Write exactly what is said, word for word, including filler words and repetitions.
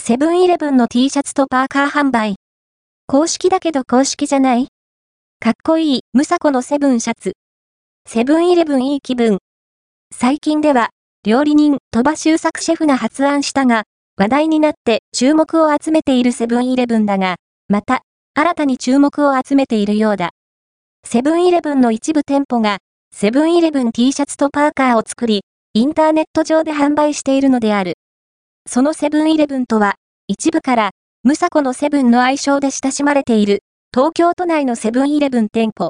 セブンイレブンの T シャツとパーカー販売。公式だけど公式じゃない？かっこいい、ムサコのセブンシャツ。セブンイレブンいい気分。最近では、料理人、鳥羽周作シェフが発案したが、話題になって注目を集めているセブンイレブンだが、また、新たに注目を集めているようだ。セブンイレブンの一部店舗が、セブンイレブン T シャツとパーカーを作り、インターネット上で販売しているのである。そのセブンイレブンとは、一部から、ムサコのセブンの愛称で親しまれている、東京都内のセブンイレブン店舗。